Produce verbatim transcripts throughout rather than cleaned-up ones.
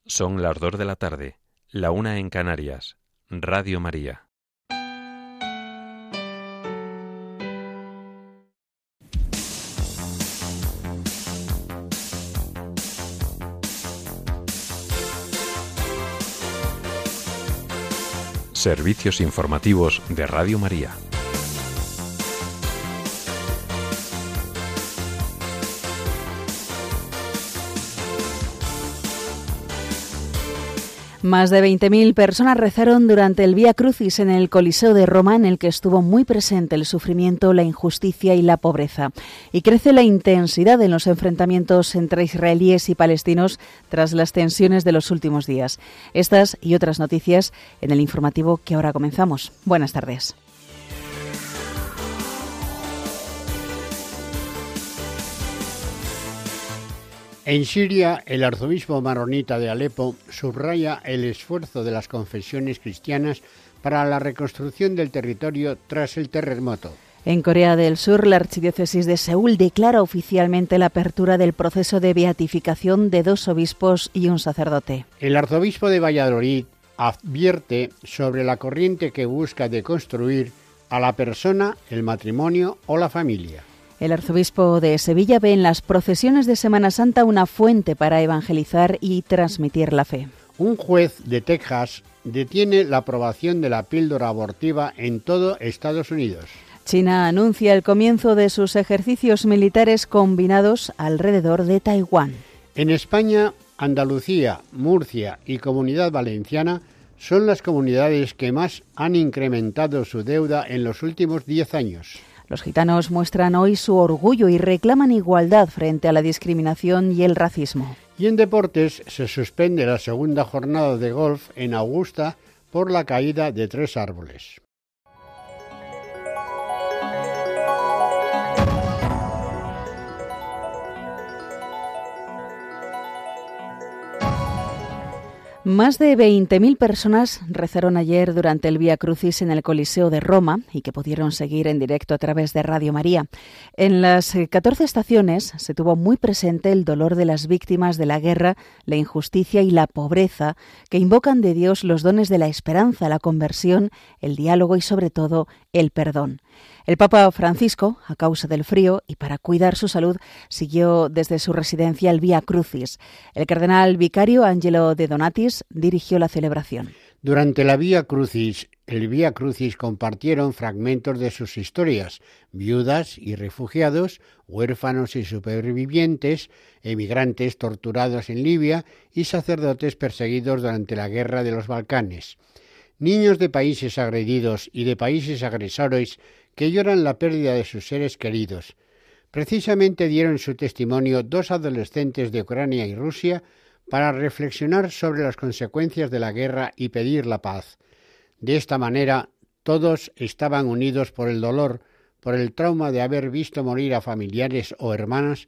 Son las dos de la tarde, la una en Canarias. Radio María. Servicios informativos de Radio María. Más de veinte mil personas rezaron durante el Vía Crucis en el Coliseo de Roma, en el que estuvo muy presente el sufrimiento, la injusticia y la pobreza. Y crece la intensidad en los enfrentamientos entre israelíes y palestinos tras las tensiones de los últimos días. Estas y otras noticias en el informativo que ahora comenzamos. Buenas tardes. En Siria, el arzobispo maronita de Alepo subraya el esfuerzo de las confesiones cristianas para la reconstrucción del territorio tras el terremoto. En Corea del Sur, la archidiócesis de Seúl declara oficialmente la apertura del proceso de beatificación de dos obispos y un sacerdote. El arzobispo de Valladolid advierte sobre la corriente que busca deconstruir a la persona, el matrimonio o la familia. El arzobispo de Sevilla ve en las procesiones de Semana Santa una fuente para evangelizar y transmitir la fe. Un juez de Texas detiene la aprobación de la píldora abortiva en todo Estados Unidos. China anuncia el comienzo de sus ejercicios militares combinados alrededor de Taiwán. En España, Andalucía, Murcia y Comunidad Valenciana son las comunidades que más han incrementado su deuda en los últimos diez años. Los gitanos muestran hoy su orgullo y reclaman igualdad frente a la discriminación y el racismo. Y en deportes se suspende la segunda jornada de golf en Augusta por la caída de tres árboles. Más de veinte mil personas rezaron ayer durante el Vía Crucis en el Coliseo de Roma y que pudieron seguir en directo a través de Radio María. En las catorce estaciones se tuvo muy presente el dolor de las víctimas de la guerra, la injusticia y la pobreza, que invocan de Dios los dones de la esperanza, la conversión, el diálogo y sobre todo el perdón. El Papa Francisco, a causa del frío y para cuidar su salud, siguió desde su residencia el Vía Crucis. El cardenal vicario Angelo De Donatis dirigió la celebración. Durante la Vía Crucis, el Vía Crucis compartieron fragmentos de sus historias, viudas y refugiados, huérfanos y supervivientes, emigrantes torturados en Libia y sacerdotes perseguidos durante la Guerra de los Balcanes. Niños de países agredidos y de países agresores que lloran la pérdida de sus seres queridos. Precisamente dieron su testimonio dos adolescentes de Ucrania y Rusia para reflexionar sobre las consecuencias de la guerra y pedir la paz. De esta manera, todos estaban unidos por el dolor, por el trauma de haber visto morir a familiares o hermanos,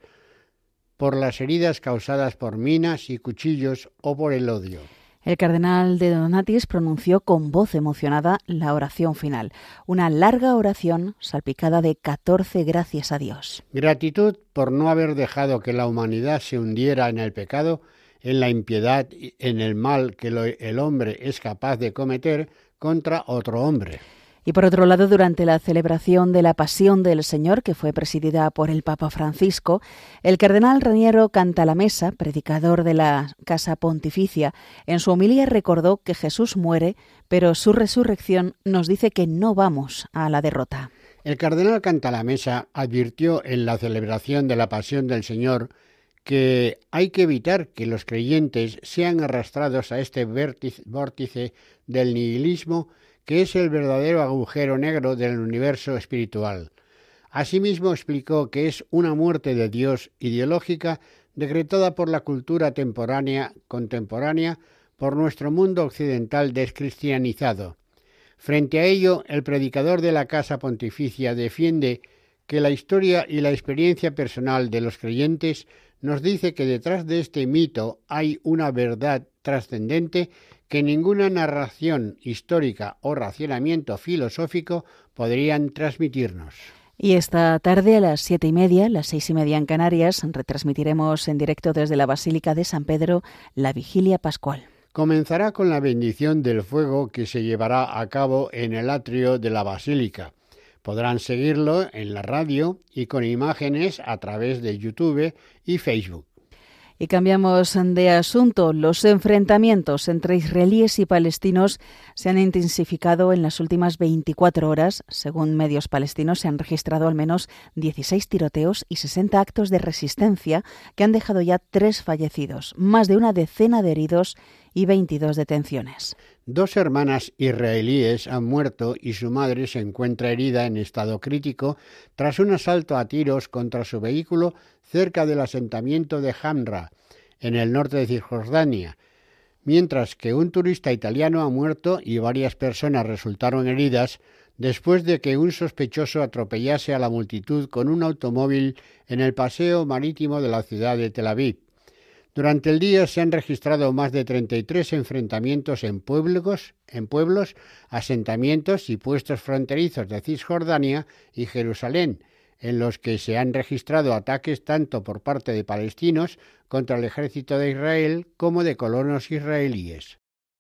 por las heridas causadas por minas y cuchillos o por el odio. El cardenal De Donatis pronunció con voz emocionada la oración final, una larga oración salpicada de catorce gracias a Dios. Gratitud por no haber dejado que la humanidad se hundiera en el pecado, en la impiedad y en el mal que lo, el hombre es capaz de cometer contra otro hombre. Y por otro lado, durante la celebración de la Pasión del Señor, que fue presidida por el Papa Francisco, el cardenal Raniero Cantalamessa, predicador de la Casa Pontificia, en su homilía recordó que Jesús muere, pero su resurrección nos dice que no vamos a la derrota. El cardenal Cantalamessa advirtió en la celebración de la Pasión del Señor que hay que evitar que los creyentes sean arrastrados a este vértice, vórtice del nihilismo, que es el verdadero agujero negro del universo espiritual. Asimismo explicó que es una muerte de Dios ideológica decretada por la cultura temporánea, contemporánea, por nuestro mundo occidental descristianizado. Frente a ello, el predicador de la Casa Pontificia defiende que la historia y la experiencia personal de los creyentes nos dice que detrás de este mito hay una verdad trascendente que ninguna narración histórica o racionamiento filosófico podrían transmitirnos. Y esta tarde a las siete y media, las seis y media en Canarias, retransmitiremos en directo desde la Basílica de San Pedro la Vigilia Pascual. Comenzará con la bendición del fuego que se llevará a cabo en el atrio de la Basílica. Podrán seguirlo en la radio y con imágenes a través de YouTube y Facebook. Y cambiamos de asunto. Los enfrentamientos entre israelíes y palestinos se han intensificado en las últimas veinticuatro horas. Según medios palestinos, se han registrado al menos dieciséis tiroteos y sesenta actos de resistencia que han dejado ya tres fallecidos, más de una decena de heridos y veintidós detenciones. Dos hermanas israelíes han muerto y su madre se encuentra herida en estado crítico tras un asalto a tiros contra su vehículo cerca del asentamiento de Hamra, en el norte de Cisjordania, mientras que un turista italiano ha muerto y varias personas resultaron heridas después de que un sospechoso atropellase a la multitud con un automóvil en el paseo marítimo de la ciudad de Tel Aviv. Durante el día se han registrado más de treinta y tres enfrentamientos en pueblos, en pueblos, asentamientos y puestos fronterizos de Cisjordania y Jerusalén, en los que se han registrado ataques tanto por parte de palestinos contra el ejército de Israel como de colonos israelíes.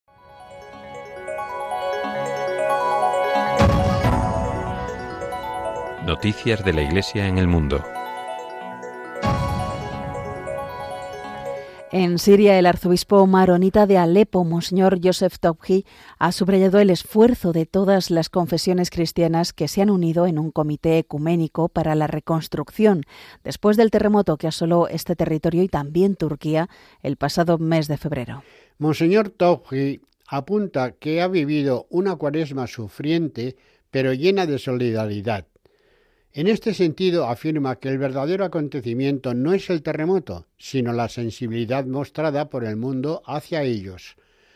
Noticias de la Iglesia en el mundo. En Siria, el arzobispo maronita de Alepo, Monseñor Joseph Tobji, ha subrayado el esfuerzo de todas las confesiones cristianas que se han unido en un comité ecuménico para la reconstrucción después del terremoto que asoló este territorio y también Turquía el pasado mes de febrero. Monseñor Tobji apunta que ha vivido una cuaresma sufriente pero llena de solidaridad. En este sentido, afirma que el verdadero acontecimiento no es el terremoto, sino la sensibilidad mostrada por el mundo hacia ellos.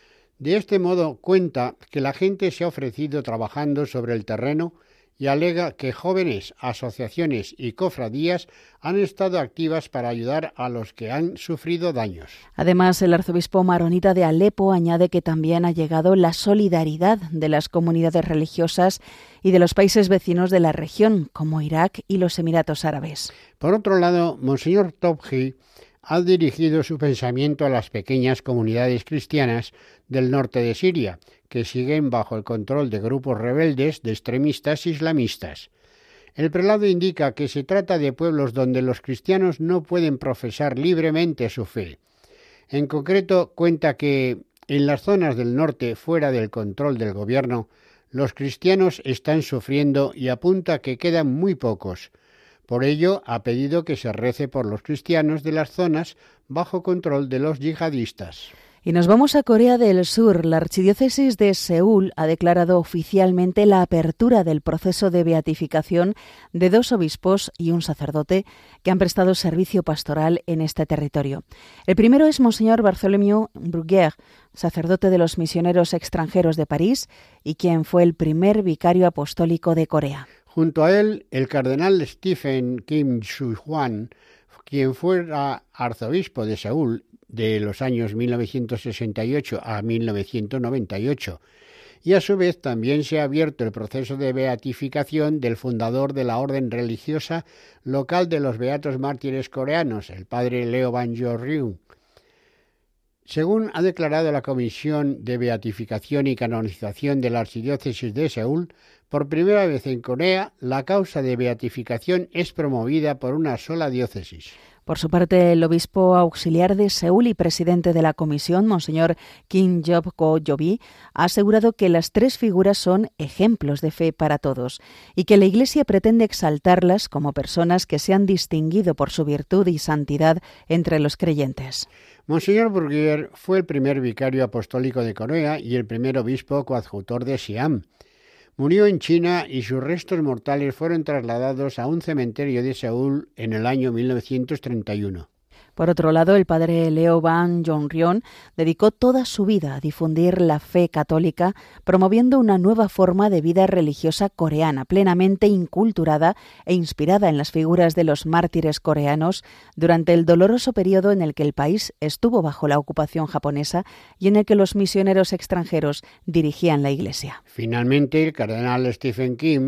De este modo, cuenta que la gente se ha ofrecido trabajando sobre el terreno y alega que jóvenes, asociaciones y cofradías han estado activas para ayudar a los que han sufrido daños. Además, el arzobispo maronita de Alepo añade que también ha llegado la solidaridad de las comunidades religiosas y de los países vecinos de la región, como Irak y los Emiratos Árabes. Por otro lado, Monseñor Tobji ha dirigido su pensamiento a las pequeñas comunidades cristianas del norte de Siria, que siguen bajo el control de grupos rebeldes de extremistas islamistas. El prelado indica que se trata de pueblos donde los cristianos no pueden profesar libremente su fe. En concreto, cuenta que en las zonas del norte, fuera del control del gobierno, los cristianos están sufriendo y apunta que quedan muy pocos. Por ello, ha pedido que se rece por los cristianos de las zonas bajo control de los yihadistas. Y nos vamos a Corea del Sur. La archidiócesis de Seúl ha declarado oficialmente la apertura del proceso de beatificación de dos obispos y un sacerdote que han prestado servicio pastoral en este territorio. El primero es Monseñor Bartholomew Bruguière, sacerdote de los misioneros extranjeros de París y quien fue el primer vicario apostólico de Corea. Junto a él, el cardenal Stephen Kim Su-hwan, quien fuera arzobispo de Seúl de los años mil novecientos sesenta y ocho a mil novecientos noventa y ocho, y a su vez también se ha abierto el proceso de beatificación del fundador de la orden religiosa local de los Beatos Mártires coreanos, el padre Leo Ban-jo-ryung. Según ha declarado la Comisión de Beatificación y Canonización de la Archidiócesis de Seúl, por primera vez en Corea, la causa de beatificación es promovida por una sola diócesis. Por su parte, el obispo auxiliar de Seúl y presidente de la comisión, Monseñor Kim Job-ko-yobi, ha asegurado que las tres figuras son ejemplos de fe para todos y que la Iglesia pretende exaltarlas como personas que se han distinguido por su virtud y santidad entre los creyentes. Monseñor Bruguière fue el primer vicario apostólico de Corea y el primer obispo coadjutor de Siam. Murió en China y sus restos mortales fueron trasladados a un cementerio de Seúl en el año mil novecientos treinta y uno. Por otro lado, el padre Leo Ban-jo-ryong dedicó toda su vida a difundir la fe católica, promoviendo una nueva forma de vida religiosa coreana, plenamente inculturada e inspirada en las figuras de los mártires coreanos durante el doloroso periodo en el que el país estuvo bajo la ocupación japonesa y en el que los misioneros extranjeros dirigían la Iglesia. Finalmente, el cardenal Stephen Kim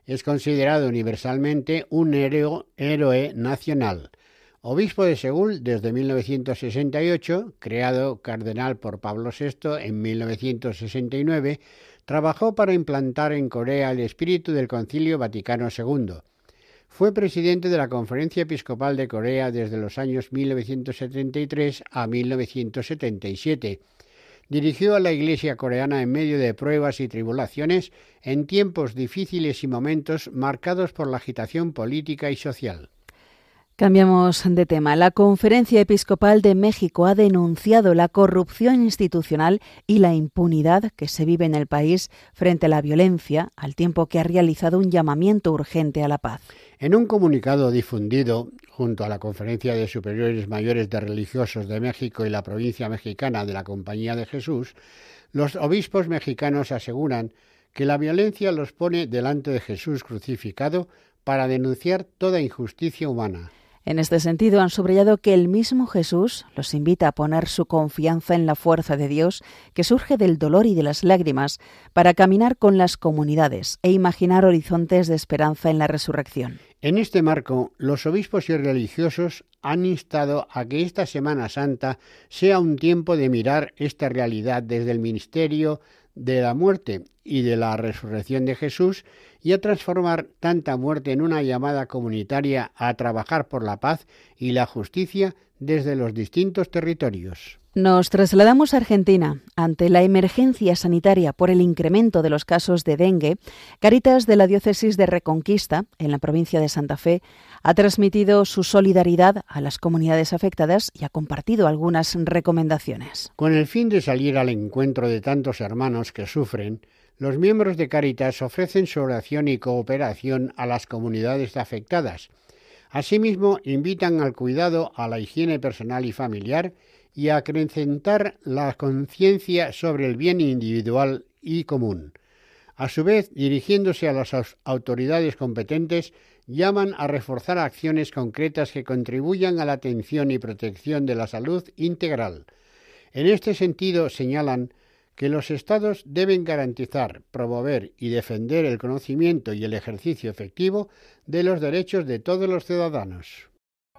Es considerado universalmente un héroe, héroe nacional. Obispo de Seúl desde mil novecientos sesenta y ocho, creado cardenal por Pablo sexto en mil novecientos sesenta y nueve, trabajó para implantar en Corea el espíritu del Concilio Vaticano segundo. Fue presidente de la Conferencia Episcopal de Corea desde los años mil novecientos setenta y tres a mil novecientos setenta y siete. Dirigió a la Iglesia coreana en medio de pruebas y tribulaciones, en tiempos difíciles y momentos marcados por la agitación política y social. Cambiamos de tema. La Conferencia Episcopal de México ha denunciado la corrupción institucional y la impunidad que se vive en el país frente a la violencia, al tiempo que ha realizado un llamamiento urgente a la paz. En un comunicado difundido junto a la Conferencia de Superiores Mayores de Religiosos de México y la provincia mexicana de la Compañía de Jesús, los obispos mexicanos aseguran que la violencia los pone delante de Jesús crucificado para denunciar toda injusticia humana. En este sentido, han subrayado que el mismo Jesús los invita a poner su confianza en la fuerza de Dios que surge del dolor y de las lágrimas para caminar con las comunidades e imaginar horizontes de esperanza en la resurrección. En este marco, los obispos y religiosos han instado a que esta Semana Santa sea un tiempo de mirar esta realidad desde el ministerio de la muerte y de la resurrección de Jesús y a transformar tanta muerte en una llamada comunitaria a trabajar por la paz y la justicia desde los distintos territorios. Nos trasladamos a Argentina. Ante la emergencia sanitaria por el incremento de los casos de dengue, Cáritas de la diócesis de Reconquista, en la provincia de Santa Fe, ha transmitido su solidaridad a las comunidades afectadas y ha compartido algunas recomendaciones. Con el fin de salir al encuentro de tantos hermanos que sufren, los miembros de Cáritas ofrecen su oración y cooperación a las comunidades afectadas. Asimismo, invitan al cuidado, a la higiene personal y familiar y a acrecentar la conciencia sobre el bien individual y común. A su vez, dirigiéndose a las autoridades competentes, llaman a reforzar acciones concretas que contribuyan a la atención y protección de la salud integral. En este sentido, señalan que los Estados deben garantizar, promover y defender el conocimiento y el ejercicio efectivo de los derechos de todos los ciudadanos.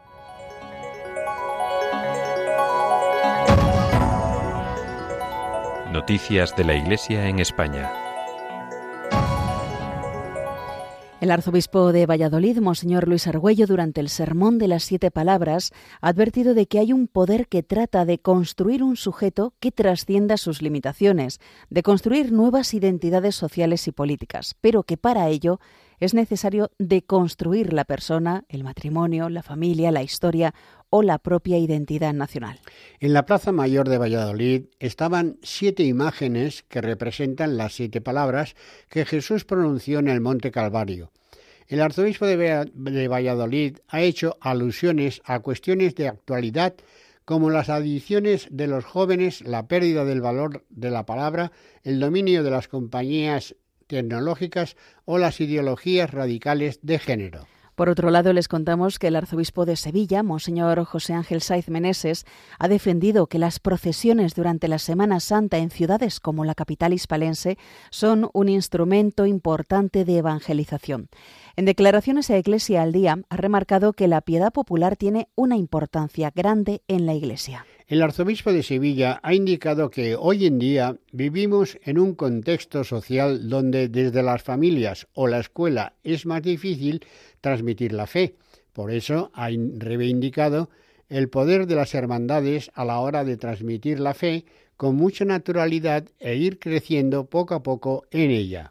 Noticias de la Iglesia en España. El arzobispo de Valladolid, Monseñor Luis Argüello, durante el Sermón de las Siete Palabras, ha advertido de que hay un poder que trata de construir un sujeto que trascienda sus limitaciones, de construir nuevas identidades sociales y políticas, pero que para ello es necesario deconstruir la persona, el matrimonio, la familia, la historia o la propia identidad nacional. En la Plaza Mayor de Valladolid estaban siete imágenes que representan las siete palabras que Jesús pronunció en el Monte Calvario. El arzobispo de Valladolid ha hecho alusiones a cuestiones de actualidad como las adicciones de los jóvenes, la pérdida del valor de la palabra, el dominio de las compañías tecnológicas o las ideologías radicales de género. Por otro lado, les contamos que el arzobispo de Sevilla, Monseñor José Ángel Saiz Meneses, ha defendido que las procesiones durante la Semana Santa en ciudades como la capital hispalense son un instrumento importante de evangelización. En declaraciones a Iglesia al Día, ha remarcado que la piedad popular tiene una importancia grande en la Iglesia. El arzobispo de Sevilla ha indicado que hoy en día vivimos en un contexto social donde desde las familias o la escuela es más difícil transmitir la fe. Por eso ha reivindicado el poder de las hermandades a la hora de transmitir la fe con mucha naturalidad e ir creciendo poco a poco en ella.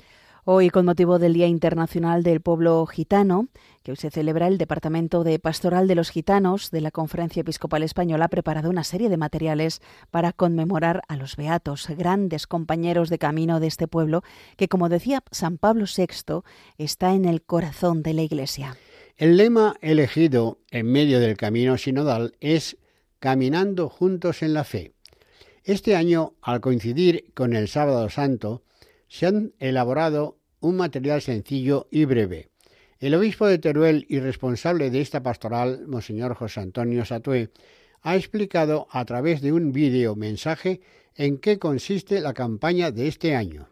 Hoy, con motivo del Día Internacional del Pueblo Gitano, que hoy se celebra, el Departamento de Pastoral de los Gitanos de la Conferencia Episcopal Española ha preparado una serie de materiales para conmemorar a los beatos, grandes compañeros de camino de este pueblo, que, como decía San Pablo sexto, está en el corazón de la Iglesia. El lema elegido en medio del camino sinodal es «Caminando juntos en la fe». Este año, al coincidir con el Sábado Santo, se han elaborado un material sencillo y breve. El obispo de Teruel y responsable de esta pastoral, Monseñor José Antonio Satué, ha explicado a través de un vídeo mensaje en qué consiste la campaña de este año.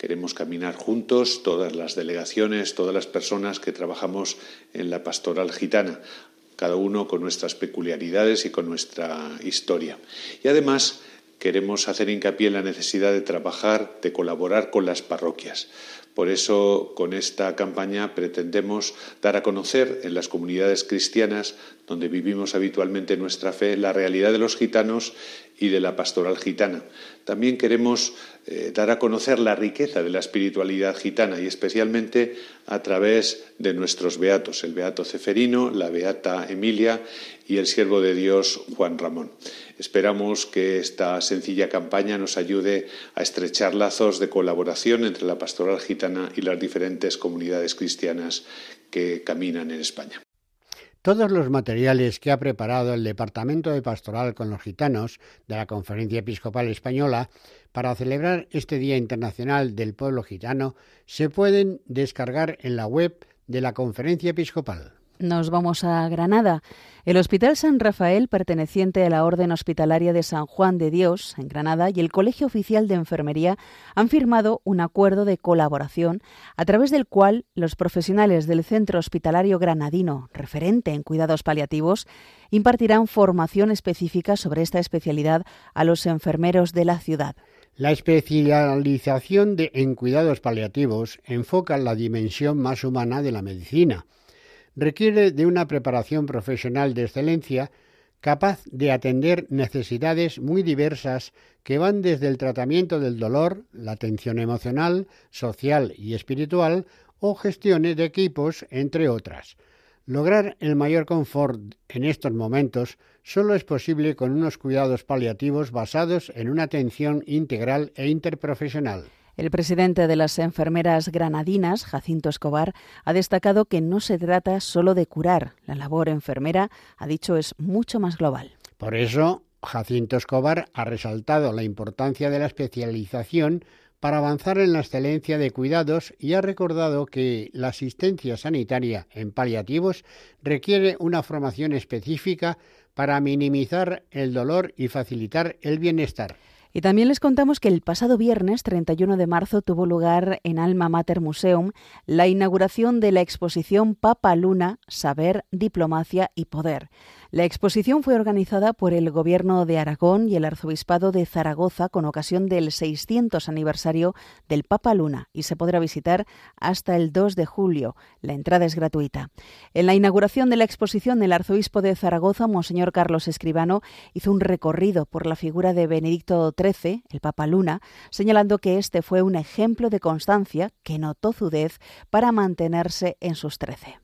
Queremos caminar juntos, todas las delegaciones, todas las personas que trabajamos en la pastoral gitana, cada uno con nuestras peculiaridades y con nuestra historia. Y además queremos hacer hincapié en la necesidad de trabajar, de colaborar con las parroquias. Por eso, con esta campaña pretendemos dar a conocer en las comunidades cristianas, donde vivimos habitualmente nuestra fe, la realidad de los gitanos y de la pastoral gitana. También queremos eh, dar a conocer la riqueza de la espiritualidad gitana y especialmente a través de nuestros beatos, el beato Ceferino, la beata Emilia y el siervo de Dios Juan Ramón. Esperamos que esta sencilla campaña nos ayude a estrechar lazos de colaboración entre la pastoral gitana y las diferentes comunidades cristianas que caminan en España. Todos los materiales que ha preparado el Departamento de Pastoral con los Gitanos de la Conferencia Episcopal Española para celebrar este Día Internacional del Pueblo Gitano se pueden descargar en la web de la Conferencia Episcopal. Nos vamos a Granada. El Hospital San Rafael, perteneciente a la Orden Hospitalaria de San Juan de Dios, en Granada, y el Colegio Oficial de Enfermería han firmado un acuerdo de colaboración a través del cual los profesionales del Centro Hospitalario Granadino, referente en cuidados paliativos, impartirán formación específica sobre esta especialidad a los enfermeros de la ciudad. La especialización de, en cuidados paliativos enfoca la dimensión más humana de la medicina. Requiere de una preparación profesional de excelencia capaz de atender necesidades muy diversas que van desde el tratamiento del dolor, la atención emocional, social y espiritual o gestiones de equipos, entre otras. Lograr el mayor confort en estos momentos solo es posible con unos cuidados paliativos basados en una atención integral e interprofesional. El presidente de las enfermeras granadinas, Jacinto Escobar, ha destacado que no se trata solo de curar. La labor enfermera, ha dicho, es mucho más global. Por eso, Jacinto Escobar ha resaltado la importancia de la especialización para avanzar en la excelencia de cuidados y ha recordado que la asistencia sanitaria en paliativos requiere una formación específica para minimizar el dolor y facilitar el bienestar. Y también les contamos que el pasado viernes treinta y uno de marzo tuvo lugar en Alma Mater Museum la inauguración de la exposición Papa Luna, Saber, Diplomacia y Poder. La exposición fue organizada por el Gobierno de Aragón y el Arzobispado de Zaragoza con ocasión del seiscientos aniversario del Papa Luna y se podrá visitar hasta el dos de julio. La entrada es gratuita. En la inauguración de la exposición, el Arzobispo de Zaragoza, Monseñor Carlos Escribano, hizo un recorrido por la figura de Benedicto trece, el Papa Luna, señalando que este fue un ejemplo de constancia, que no tozudez, para mantenerse en sus trece.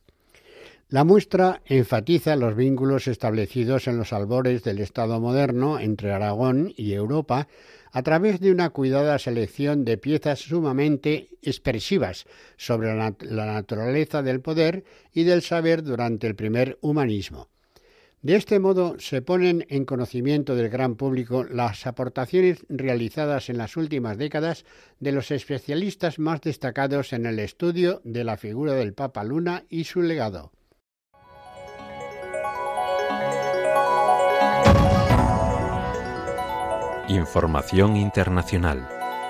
La muestra enfatiza los vínculos establecidos en los albores del Estado moderno entre Aragón y Europa a través de una cuidada selección de piezas sumamente expresivas sobre la, nat- la naturaleza del poder y del saber durante el primer humanismo. De este modo se ponen en conocimiento del gran público las aportaciones realizadas en las últimas décadas de los especialistas más destacados en el estudio de la figura del Papa Luna y su legado. Información internacional.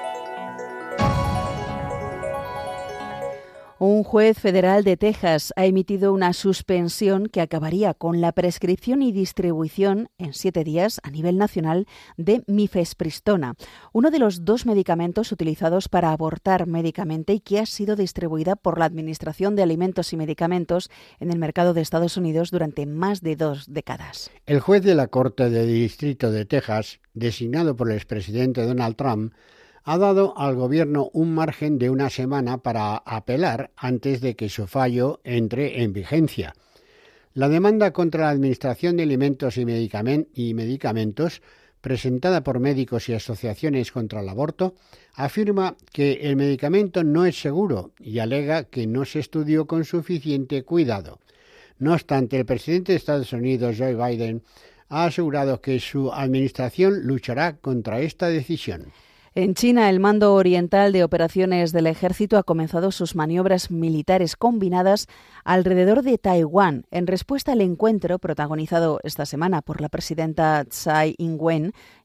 Un juez federal de Texas ha emitido una suspensión que acabaría con la prescripción y distribución en siete días a nivel nacional de mifepristona, uno de los dos medicamentos utilizados para abortar médicamente y que ha sido distribuida por la Administración de Alimentos y Medicamentos en el mercado de Estados Unidos durante más de dos décadas. El juez de la Corte de Distrito de Texas, designado por el expresidente Donald Trump, ha dado al gobierno un margen de una semana para apelar antes de que su fallo entre en vigencia. La demanda contra la Administración de Alimentos y Medicamentos, presentada por médicos y asociaciones contra el aborto, afirma que el medicamento no es seguro y alega que no se estudió con suficiente cuidado. No obstante, el presidente de Estados Unidos, Joe Biden, ha asegurado que su administración luchará contra esta decisión. En China, el Mando Oriental de Operaciones del Ejército ha comenzado sus maniobras militares combinadas alrededor de Taiwán en respuesta al encuentro protagonizado esta semana por la presidenta Tsai Ing-wen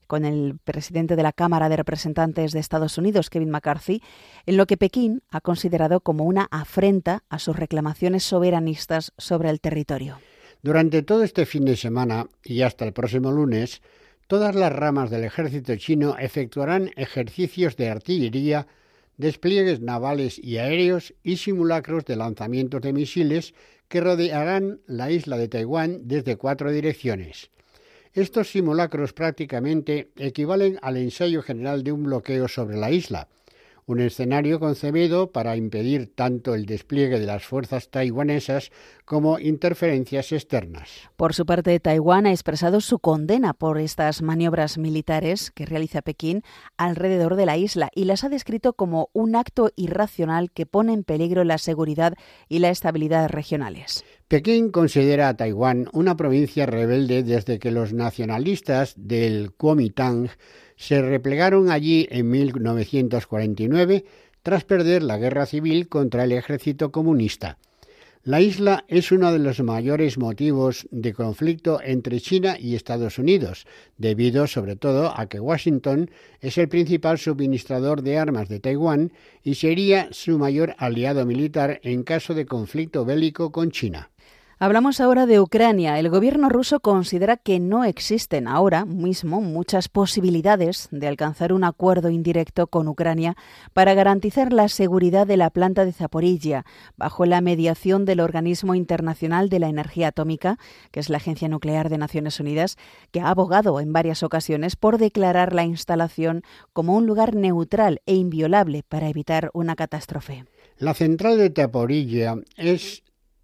con el presidente de la Cámara de Representantes de Estados Unidos, Kevin McCarthy, en lo que Pekín ha considerado como una afrenta a sus reclamaciones soberanistas sobre el territorio. Durante todo este fin de semana y hasta el próximo lunes, todas las ramas del ejército chino efectuarán ejercicios de artillería, despliegues navales y aéreos y simulacros de lanzamientos de misiles que rodearán la isla de Taiwán desde cuatro direcciones. Estos simulacros prácticamente equivalen al ensayo general de un bloqueo sobre la isla, un escenario concebido para impedir tanto el despliegue de las fuerzas taiwanesas como interferencias externas. Por su parte, Taiwán ha expresado su condena por estas maniobras militares que realiza Pekín alrededor de la isla y las ha descrito como un acto irracional que pone en peligro la seguridad y la estabilidad regionales. Pekín considera a Taiwán una provincia rebelde desde que los nacionalistas del Kuomintang se replegaron allí en mil novecientos cuarenta y nueve tras perder la guerra civil contra el ejército comunista. La isla es uno de los mayores motivos de conflicto entre China y Estados Unidos, debido sobre todo a que Washington es el principal suministrador de armas de Taiwán y sería su mayor aliado militar en caso de conflicto bélico con China. Hablamos ahora de Ucrania. El gobierno ruso considera que no existen ahora mismo muchas posibilidades de alcanzar un acuerdo indirecto con Ucrania para garantizar la seguridad de la planta de Zaporizhia, bajo la mediación del Organismo Internacional de la Energía Atómica, que es la Agencia Nuclear de Naciones Unidas, que ha abogado en varias ocasiones por declarar la instalación como un lugar neutral e inviolable para evitar una catástrofe. La central de Zaporizhia es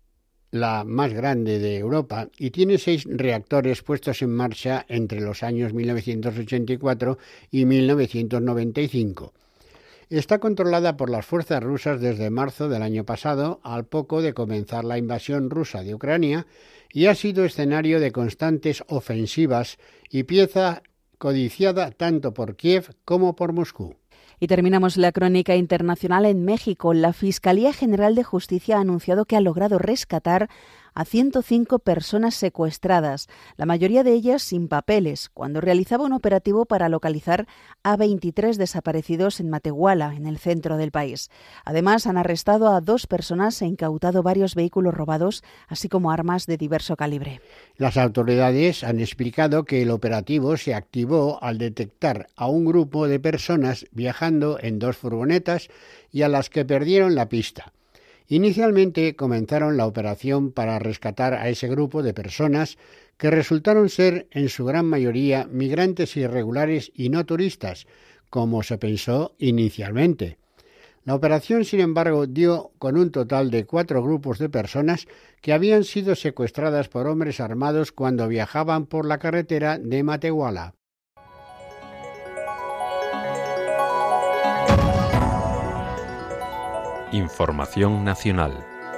la más grande de Europa y tiene seis reactores puestos en marcha entre los años mil novecientos ochenta y cuatro y mil novecientos noventa y cinco. Está controlada por las fuerzas rusas desde marzo del año pasado, al poco de comenzar la invasión rusa de Ucrania, y ha sido escenario de constantes ofensivas y pieza codiciada tanto por Kiev como por Moscú. Y terminamos la crónica internacional en México. La Fiscalía General de Justicia ha anunciado que ha logrado rescatar a ciento cinco personas secuestradas, la mayoría de ellas sin papeles, cuando realizaba un operativo para localizar a veintitrés desaparecidos en Matehuala, en el centro del país. Además, han arrestado a dos personas e incautado varios vehículos robados, así como armas de diverso calibre. Las autoridades han explicado que el operativo se activó al detectar a un grupo de personas viajando en dos furgonetas y a las que perdieron la pista. Inicialmente comenzaron la operación para rescatar a ese grupo de personas que resultaron ser en su gran mayoría migrantes irregulares y no turistas, como se pensó inicialmente. La operación, sin embargo, dio con un total de cuatro grupos de personas que habían sido secuestradas por hombres armados cuando viajaban por la carretera de Matehuala. Información nacional.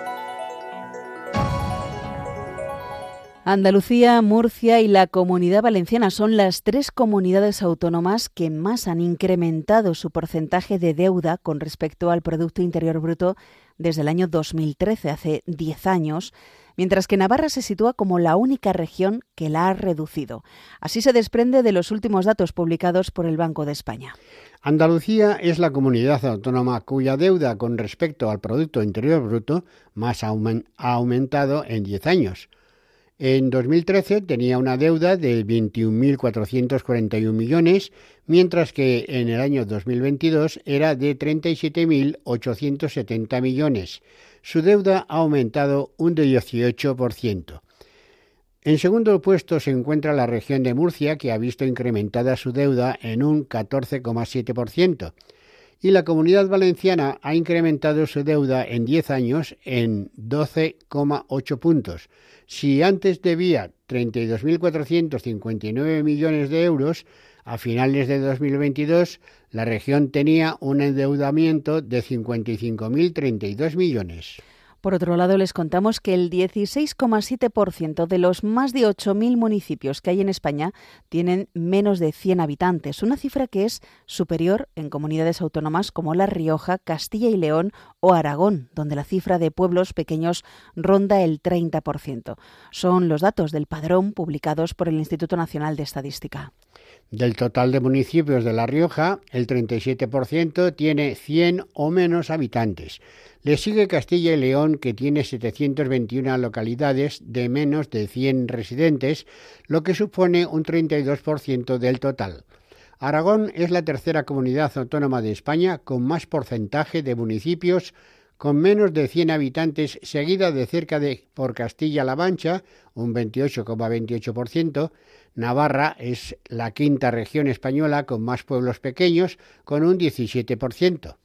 Andalucía, Murcia y la Comunidad Valenciana son las tres comunidades autónomas que más han incrementado su porcentaje de deuda con respecto al Producto Interior Bruto desde el año dos mil trece, hace diez años, mientras que Navarra se sitúa como la única región que la ha reducido. Así se desprende de los últimos datos publicados por el Banco de España. Andalucía es la comunidad autónoma cuya deuda con respecto al Producto Interior Bruto más ha aumentado en diez años. En dos mil trece tenía una deuda de veintiún mil cuatrocientos cuarenta y uno millones, mientras que en el año dos mil veintidós era de treinta y siete mil ochocientos setenta millones. Su deuda ha aumentado un dieciocho por ciento. En segundo puesto se encuentra la región de Murcia, que ha visto incrementada su deuda en un catorce coma siete por ciento. Y la Comunidad Valenciana ha incrementado su deuda en diez años en doce coma ocho puntos. Si antes debía treinta y dos mil cuatrocientos cincuenta y nueve millones de euros, a finales de dos mil veintidós la región tenía un endeudamiento de cincuenta y cinco mil treinta y dos millones. Por otro lado, les contamos que el dieciséis coma siete por ciento de los más de ocho mil municipios que hay en España tienen menos de cien habitantes, una cifra que es superior en comunidades autónomas como La Rioja, Castilla y León o Aragón, donde la cifra de pueblos pequeños ronda el treinta por ciento. Son los datos del padrón publicados por el Instituto Nacional de Estadística. Del total de municipios de La Rioja, el treinta y siete por ciento tiene cien o menos habitantes. Le sigue Castilla y León, que tiene setecientas veintiuna localidades de menos de cien residentes, lo que supone un treinta y dos por ciento del total. Aragón es la tercera comunidad autónoma de España con más porcentaje de municipios con menos de cien habitantes, seguida de cerca de por Castilla-La Mancha, un veintiocho coma veintiocho por ciento. Navarra es la quinta región española con más pueblos pequeños, con un diecisiete por ciento.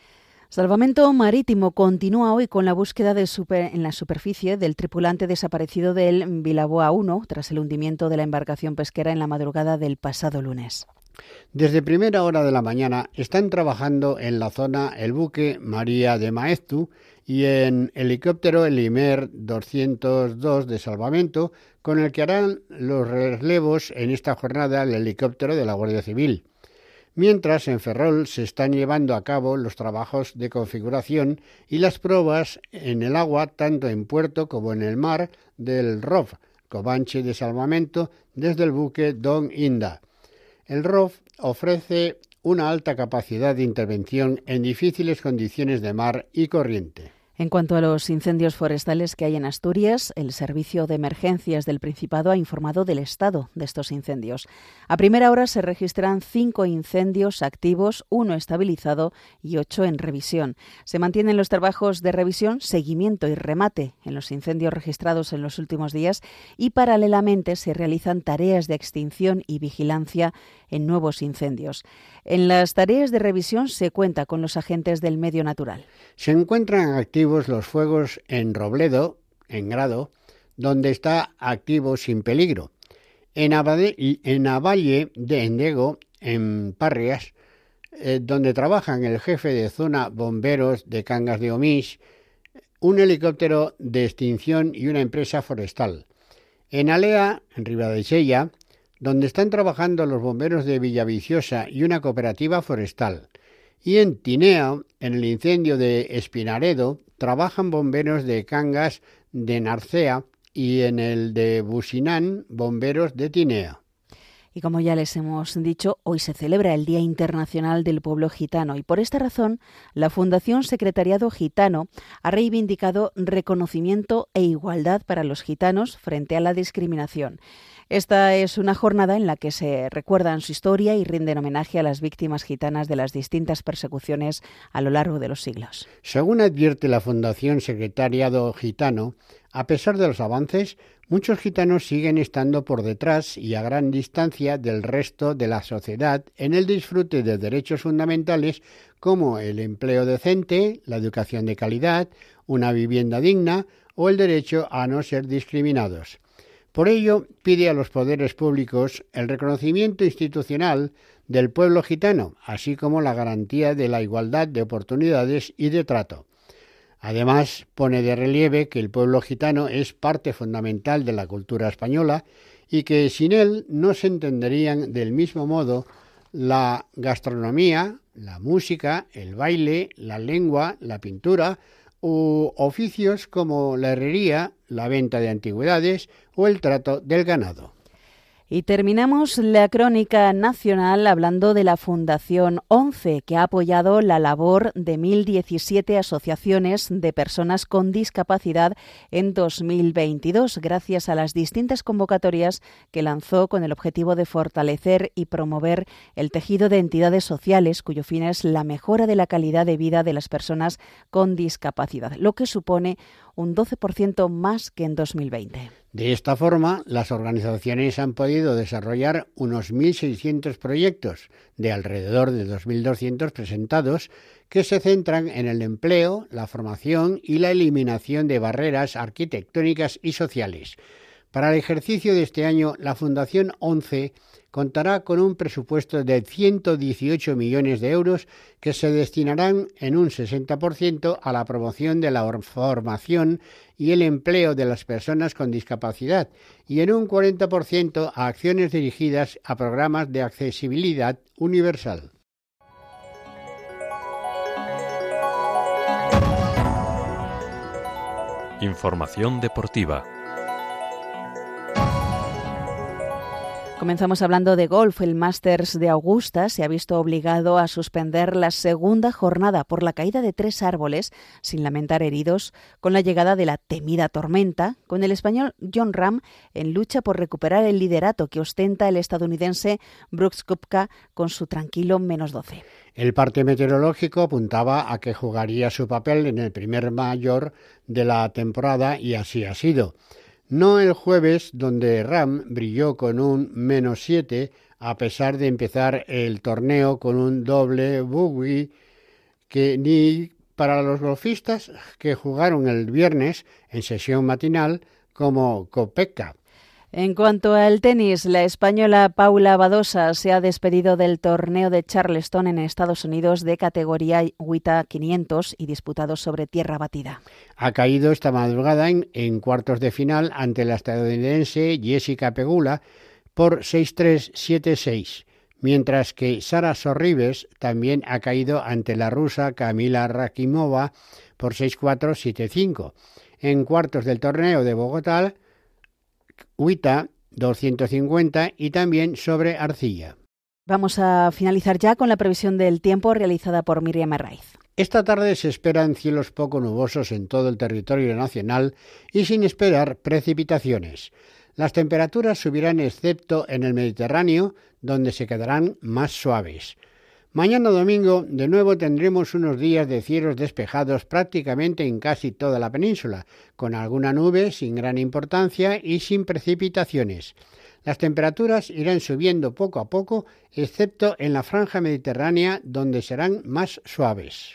Salvamento Marítimo continúa hoy con la búsqueda de super, en la superficie del tripulante desaparecido del Vilaboa uno tras el hundimiento de la embarcación pesquera en la madrugada del pasado lunes. Desde primera hora de la mañana están trabajando en la zona el buque María de Maeztu y en helicóptero el Imer doscientos dos de salvamento, con el que harán los relevos en esta jornada el helicóptero de la Guardia Civil. Mientras, en Ferrol se están llevando a cabo los trabajos de configuración y las pruebas en el agua, tanto en puerto como en el mar, del R O F, Comanche de salvamento, desde el buque Don Inda. El R O F ofrece una alta capacidad de intervención en difíciles condiciones de mar y corriente. En cuanto a los incendios forestales que hay en Asturias, el Servicio de Emergencias del Principado ha informado del estado de estos incendios. A primera hora se registran cinco incendios activos, uno estabilizado y ocho en revisión. Se mantienen los trabajos de revisión, seguimiento y remate en los incendios registrados en los últimos días y paralelamente se realizan tareas de extinción y vigilancia en nuevos incendios. En las tareas de revisión se cuenta con los agentes del medio natural. Se encuentran activos los fuegos en Robledo, en Grado, donde está activo sin peligro. En, Abade, en Avalle de Endego, en Parrias, eh, donde trabajan el jefe de zona bomberos de Cangas de Omís, un helicóptero de extinción y una empresa forestal. En Alea, en Ribadesella, donde están trabajando los bomberos de Villaviciosa y una cooperativa forestal. Y en Tineo, en el incendio de Espinaredo, trabajan bomberos de Cangas de Narcea y en el de Businán, bomberos de Tineo. Y como ya les hemos dicho, hoy se celebra el Día Internacional del Pueblo Gitano y por esta razón la Fundación Secretariado Gitano ha reivindicado reconocimiento e igualdad para los gitanos frente a la discriminación. Esta es una jornada en la que se recuerdan su historia y rinden homenaje a las víctimas gitanas de las distintas persecuciones a lo largo de los siglos. Según advierte la Fundación Secretariado Gitano, a pesar de los avances, muchos gitanos siguen estando por detrás y a gran distancia del resto de la sociedad en el disfrute de derechos fundamentales como el empleo decente, la educación de calidad, una vivienda digna o el derecho a no ser discriminados. Por ello, pide a los poderes públicos el reconocimiento institucional del pueblo gitano, así como la garantía de la igualdad de oportunidades y de trato. Además, pone de relieve que el pueblo gitano es parte fundamental de la cultura española y que sin él no se entenderían del mismo modo la gastronomía, la música, el baile, la lengua, la pintura u oficios como la herrería, la venta de antigüedades o el trato del ganado. Y terminamos la crónica nacional hablando de la Fundación ONCE, que ha apoyado la labor de mil diecisiete asociaciones de personas con discapacidad en dos mil veintidós, gracias a las distintas convocatorias que lanzó con el objetivo de fortalecer y promover el tejido de entidades sociales, cuyo fin es la mejora de la calidad de vida de las personas con discapacidad, lo que supone un doce por ciento más que en dos mil veinte. De esta forma, las organizaciones han podido desarrollar unos mil seiscientos proyectos de alrededor de dos mil doscientos presentados que se centran en el empleo, la formación y la eliminación de barreras arquitectónicas y sociales. Para el ejercicio de este año, la Fundación ONCE contará con un presupuesto de ciento dieciocho millones de euros que se destinarán en un sesenta por ciento a la promoción de la formación y el empleo de las personas con discapacidad y en un cuarenta por ciento a acciones dirigidas a programas de accesibilidad universal. Información deportiva. Comenzamos hablando de golf. El Masters de Augusta se ha visto obligado a suspender la segunda jornada por la caída de tres árboles, sin lamentar heridos, con la llegada de la temida tormenta, con el español Jon Rahm en lucha por recuperar el liderato que ostenta el estadounidense Brooks Koepka con su tranquilo menos doce. El parte meteorológico apuntaba a que jugaría su papel en el primer mayor de la temporada y así ha sido. No el jueves, donde Rahm brilló con un menos siete, a pesar de empezar el torneo con un doble bogey, que ni para los golfistas que jugaron el viernes en sesión matinal como Koepka. En cuanto al tenis, la española Paula Badosa se ha despedido del torneo de Charleston en Estados Unidos de categoría W T A quinientos y disputado sobre tierra batida. Ha caído esta madrugada en, en cuartos de final ante la estadounidense Jessica Pegula por seis tres siete seis, mientras que Sara Sorribes también ha caído ante la rusa Kamila Rakimova por seis cuatro siete cinco. En cuartos del torneo de Bogotá, W T A doscientos cincuenta y también sobre arcilla. Vamos a finalizar ya con la previsión del tiempo realizada por Miriam Herraiz. Esta tarde se esperan cielos poco nubosos en todo el territorio nacional y sin esperar precipitaciones. Las temperaturas subirán excepto en el Mediterráneo, donde se quedarán más suaves. Mañana domingo de nuevo tendremos unos días de cielos despejados prácticamente en casi toda la península, con alguna nube sin gran importancia y sin precipitaciones. Las temperaturas irán subiendo poco a poco, excepto en la franja mediterránea, donde serán más suaves.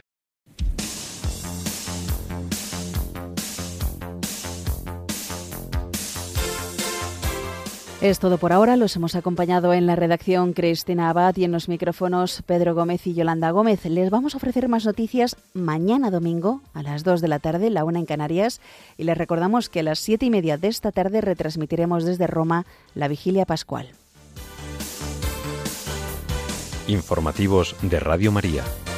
Es todo por ahora. Los hemos acompañado en la redacción Cristina Abad y en los micrófonos Pedro Gómez y Yolanda Gómez. Les vamos a ofrecer más noticias mañana domingo a las dos de la tarde, la una en Canarias. Y les recordamos que a las siete y media de esta tarde retransmitiremos desde Roma la Vigilia Pascual. Informativos de Radio María.